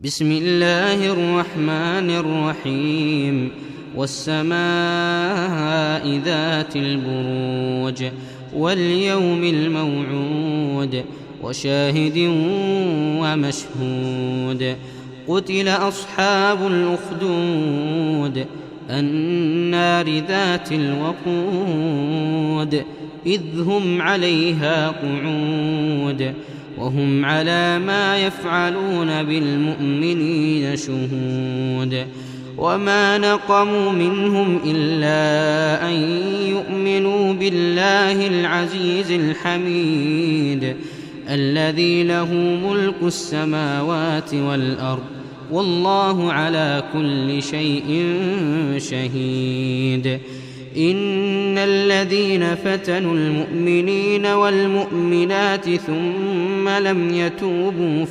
بسم الله الرحمن الرحيم والسماء ذات البروج واليوم الموعود وشاهد ومشهود قتل أصحاب الأخدود النار ذات الوقود إذ هم عليها قعود وهم على ما يفعلون بالمؤمنين شهود وما نقموا منهم إلا أن يؤمنوا بالله العزيز الحميد الذي له ملك السماوات والأرض والله على كل شيء شهيد إن الذين فتنوا المؤمنين والمؤمنات ثم لم يتوبوا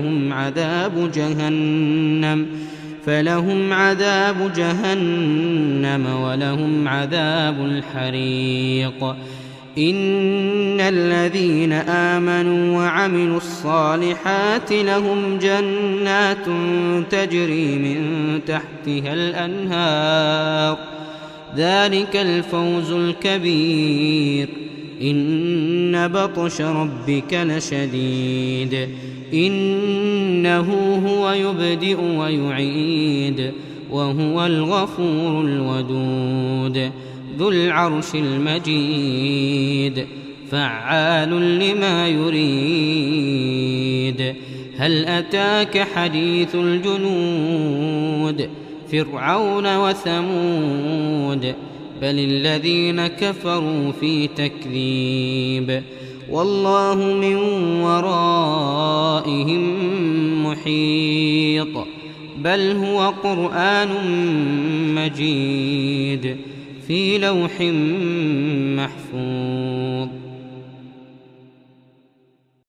فلهم عذاب جهنم ولهم عذاب الحريق إن الذين آمنوا وعملوا الصالحات لهم جنات تجري من تحتها الأنهار ذلك الفوز الكبير إن بطش ربك لشديد إنه هو يبدئ ويعيد وهو الغفور الودود ذو العرش المجيد فعال لما يريد هل أتاك حديث الجنود فرعون وثمود بل الذين كفروا في تكذيب والله من ورائهم محيط بل هو قرآن مجيد في لوح محفوظ.